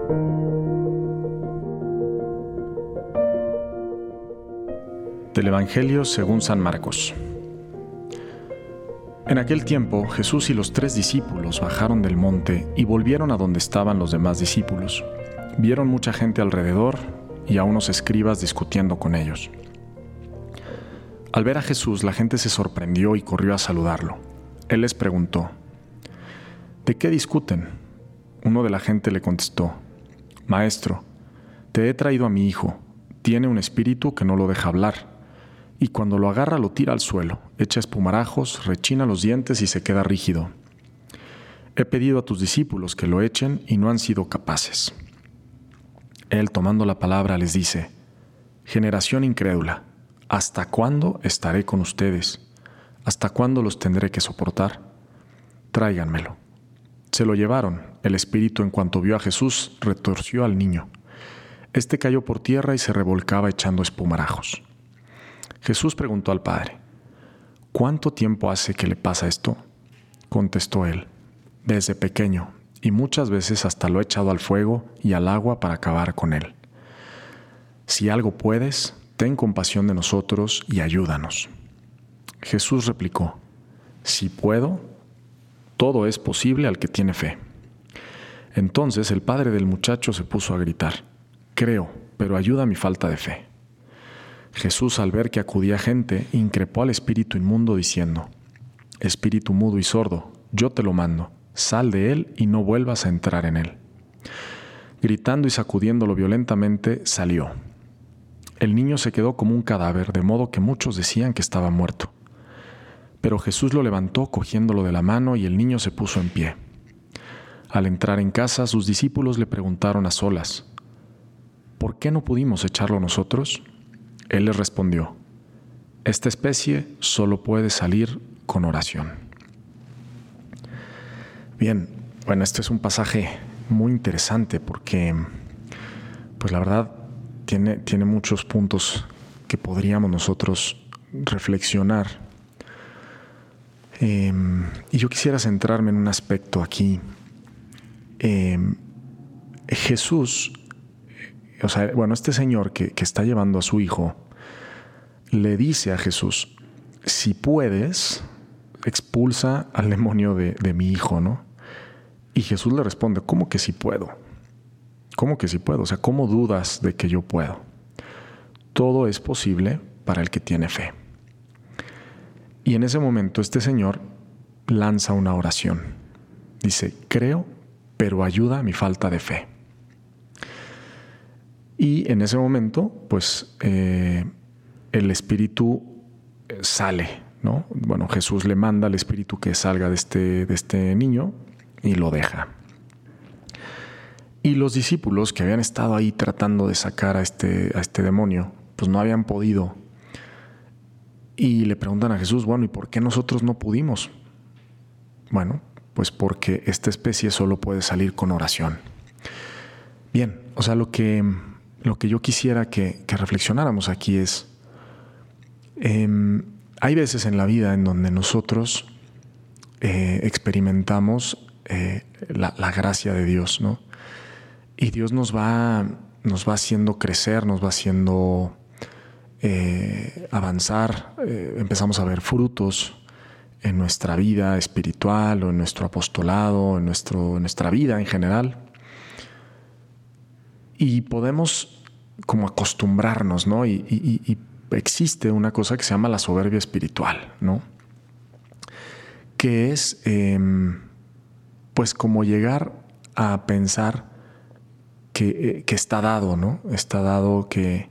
Del Evangelio según San Marcos. En aquel tiempo, Jesús y los 3 discípulos bajaron del monte y volvieron a donde estaban los demás discípulos. Vieron mucha gente alrededor y a unos escribas discutiendo con ellos. Al ver a Jesús, la gente se sorprendió y corrió a saludarlo. Él les preguntó: ¿de qué discuten? Uno de la gente le contestó: Maestro, te he traído a mi hijo. Tiene un espíritu que no lo deja hablar. Y cuando lo agarra lo tira al suelo, echa espumarajos, rechina los dientes y se queda rígido. He pedido a tus discípulos que lo echen y no han sido capaces. Él, tomando la palabra, les dice: Generación incrédula, ¿hasta cuándo estaré con ustedes? ¿Hasta cuándo los tendré que soportar? Tráiganmelo. Se lo llevaron. El espíritu, en cuanto vio a Jesús, retorció al niño. Este cayó por tierra y se revolcaba echando espumarajos. Jesús preguntó al padre: ¿cuánto tiempo hace que le pasa esto? Contestó él: desde pequeño, y muchas veces hasta lo he echado al fuego y al agua para acabar con él. Si algo puedes, ten compasión de nosotros y ayúdanos. Jesús replicó: si puedo, todo es posible al que tiene fe. Entonces el padre del muchacho se puso a gritar: creo, pero ayuda a mi falta de fe. Jesús, al ver que acudía gente, increpó al espíritu inmundo diciendo: espíritu mudo y sordo, yo te lo mando, sal de él y no vuelvas a entrar en él. Gritando y sacudiéndolo violentamente, salió. El niño se quedó como un cadáver, de modo que muchos decían que estaba muerto. Pero Jesús lo levantó cogiéndolo de la mano y el niño se puso en pie. Al entrar en casa, sus discípulos le preguntaron a solas: ¿por qué no pudimos echarlo nosotros? Él les respondió: esta especie solo puede salir con oración. Bien, bueno, este es un pasaje muy interesante porque, pues la verdad, tiene muchos puntos que podríamos nosotros reflexionar. Y yo quisiera centrarme en un aspecto aquí. Jesús, este señor que está llevando a su hijo, le dice a Jesús: si puedes, expulsa al demonio de mi hijo, ¿no? Y Jesús le responde: ¿cómo que sí puedo? ¿Cómo que sí puedo? O sea, ¿cómo dudas de que yo puedo? Todo es posible para el que tiene fe. Y en ese momento este señor lanza una oración. Dice: creo, pero ayuda a mi falta de fe. Y en ese momento, pues, el espíritu sale, ¿no? Bueno, Jesús le manda al espíritu que salga de este niño y lo deja. Y los discípulos que habían estado ahí tratando de sacar a este demonio, pues no habían podido. Y le preguntan a Jesús: bueno, ¿y por qué nosotros no pudimos? Bueno, pues porque esta especie solo puede salir con oración. Bien, o sea, lo que yo quisiera que reflexionáramos aquí es, hay veces en la vida en donde nosotros experimentamos la gracia de Dios, ¿no? Y Dios nos va haciendo crecer, nos va haciendo avanzar, empezamos a ver frutos en nuestra vida espiritual o en nuestro apostolado, en nuestra vida en general. Y podemos como acostumbrarnos, ¿no? Y existe una cosa que se llama la soberbia espiritual, ¿no? Que es, pues, como llegar a pensar que está dado, ¿no? Está dado que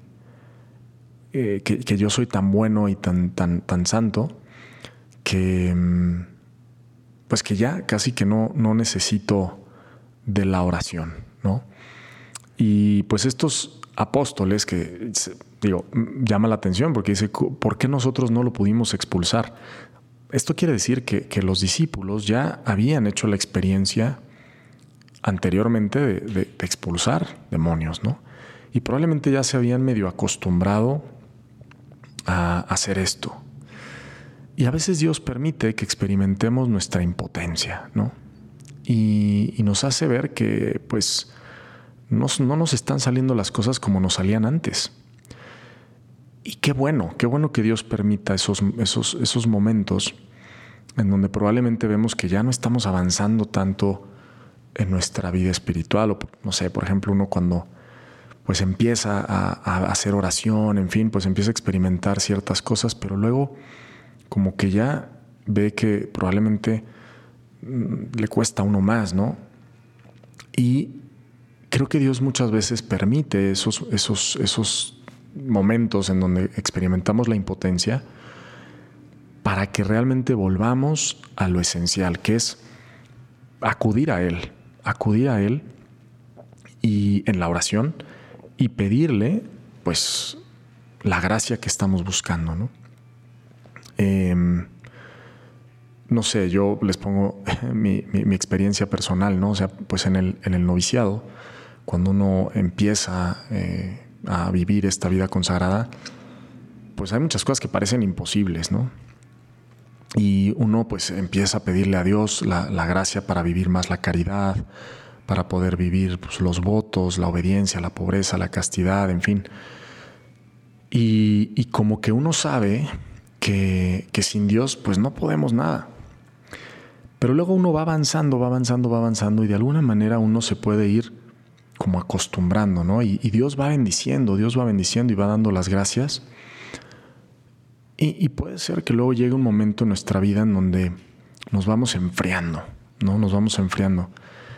yo soy tan bueno y tan santo que, pues, que ya casi que no necesito de la oración, ¿no? Y pues estos apóstoles que, llama la atención porque dice: ¿por qué nosotros no lo pudimos expulsar? Esto quiere decir que los discípulos ya habían hecho la experiencia anteriormente de expulsar demonios, ¿no? Y probablemente ya se habían medio acostumbrado a hacer esto. Y a veces Dios permite que experimentemos nuestra impotencia, ¿no? Y nos hace ver que, pues, no nos están saliendo las cosas como nos salían antes. Y qué bueno que Dios permita esos momentos en donde probablemente vemos que ya no estamos avanzando tanto en nuestra vida espiritual. O no sé, por ejemplo, uno cuando pues empieza a hacer oración, en fin, pues empieza a experimentar ciertas cosas, pero luego como que ya ve que probablemente le cuesta a uno más, ¿no? Y creo que Dios muchas veces permite esos momentos en donde experimentamos la impotencia para que realmente volvamos a lo esencial, que es acudir a Él y en la oración y pedirle pues la gracia que estamos buscando, ¿no? No sé, yo les pongo mi experiencia personal, ¿no? O sea, pues en el noviciado, cuando uno empieza a vivir esta vida consagrada, pues hay muchas cosas que parecen imposibles, ¿no? Y uno pues empieza a pedirle a Dios la gracia para vivir más la caridad, para poder vivir pues, los votos, la obediencia, la pobreza, la castidad, en fin. Y como que uno sabe que sin Dios pues no podemos nada. Pero luego uno va avanzando y de alguna manera uno se puede ir como acostumbrando, ¿no? Y Dios va bendiciendo y va dando las gracias. Y puede ser que luego llegue un momento en nuestra vida en donde nos vamos enfriando, ¿no? Nos vamos enfriando.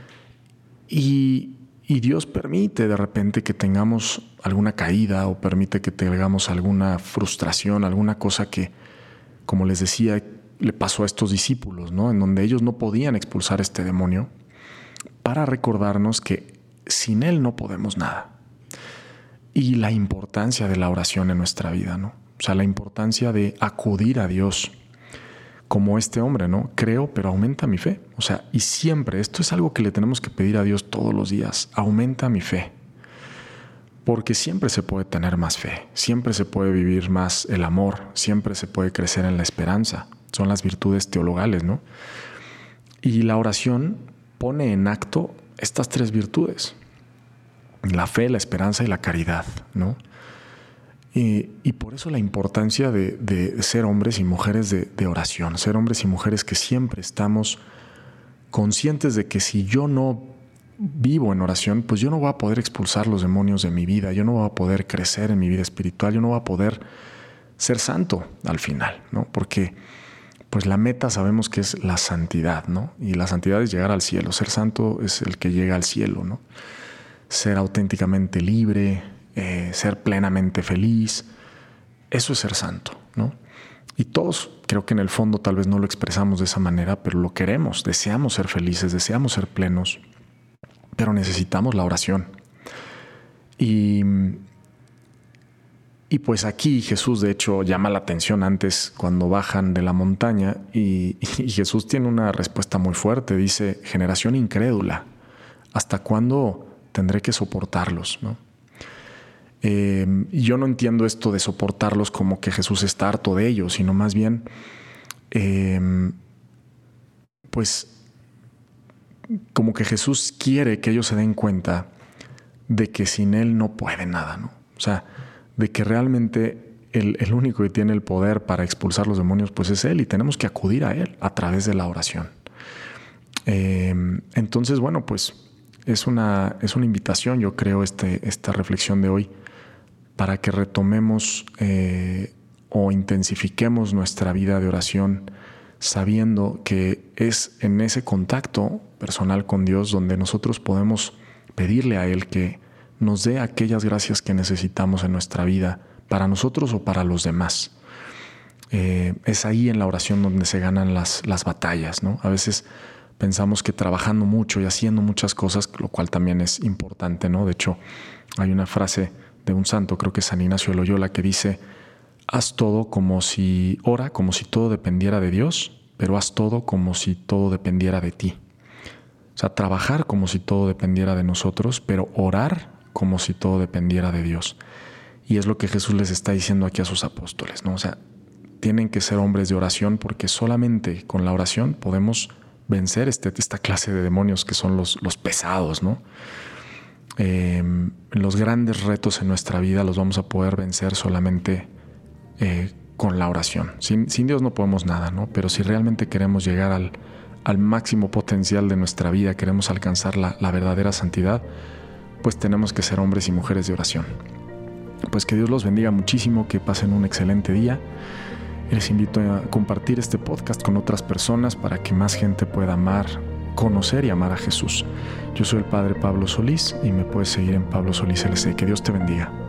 Y Dios permite de repente que tengamos alguna caída o permite que tengamos alguna frustración, alguna cosa que, como les decía, le pasó a estos discípulos, ¿no? En donde ellos no podían expulsar este demonio, para recordarnos que sin Él no podemos nada. Y la importancia de la oración en nuestra vida, ¿no? O sea, la importancia de acudir a Dios, como este hombre, ¿no? Creo, pero aumenta mi fe. O sea, y siempre, esto es algo que le tenemos que pedir a Dios todos los días, aumenta mi fe. Porque siempre se puede tener más fe, siempre se puede vivir más el amor, siempre se puede crecer en la esperanza. Son las virtudes teologales, ¿no? Y la oración pone en acto estas tres virtudes: la fe, la esperanza y la caridad, ¿no? Y por eso la importancia de ser hombres y mujeres de oración, ser hombres y mujeres que siempre estamos conscientes de que si yo no vivo en oración, pues yo no voy a poder expulsar los demonios de mi vida, yo no voy a poder crecer en mi vida espiritual, yo no voy a poder ser santo al final, ¿no? Porque pues la meta sabemos que es la santidad, ¿no? Y la santidad es llegar al cielo, ser santo es el que llega al cielo, ¿no? Ser auténticamente libre, ser plenamente feliz, eso es ser santo, ¿no? Y todos creo que en el fondo tal vez no lo expresamos de esa manera, pero lo queremos, deseamos ser felices, deseamos ser plenos, pero necesitamos la oración. Y pues aquí Jesús de hecho llama la atención antes cuando bajan de la montaña y Jesús tiene una respuesta muy fuerte, dice: generación incrédula, ¿hasta cuándo tendré que soportarlos, ¿no? Yo no entiendo esto de soportarlos como que Jesús está harto de ellos, sino más bien, pues, como que Jesús quiere que ellos se den cuenta de que sin Él no puede nada, ¿no? O sea, de que realmente el único que tiene el poder para expulsar los demonios, pues es Él, y tenemos que acudir a Él a través de la oración. Entonces, bueno, pues es una invitación, yo creo, esta reflexión de hoy, para que retomemos o intensifiquemos nuestra vida de oración, sabiendo que es en ese contacto personal con Dios donde nosotros podemos pedirle a Él que nos dé aquellas gracias que necesitamos en nuestra vida, para nosotros o para los demás. Es ahí en la oración donde se ganan las batallas, ¿no? A veces pensamos que trabajando mucho y haciendo muchas cosas, lo cual también es importante, ¿no? De hecho, hay una frase de un santo, creo que es San Ignacio de Loyola, que dice: ora como si todo dependiera de Dios, pero haz todo como si todo dependiera de ti. O sea, trabajar como si todo dependiera de nosotros, pero orar como si todo dependiera de Dios. Y es lo que Jesús les está diciendo aquí a sus apóstoles, ¿no? O sea, tienen que ser hombres de oración, porque solamente con la oración podemos vencer esta clase de demonios que son los pesados, ¿no? Los grandes retos en nuestra vida los vamos a poder vencer solamente con la oración. Sin Dios no podemos nada, ¿no? Pero si realmente queremos llegar al máximo potencial de nuestra vida, queremos alcanzar la verdadera santidad, pues tenemos que ser hombres y mujeres de oración. Pues que Dios los bendiga muchísimo, que pasen un excelente día. Les invito a compartir este podcast con otras personas para que más gente pueda amar, conocer y amar a Jesús. Yo soy el Padre Pablo Solís y me puedes seguir en Pablo Solís LC. Que Dios te bendiga.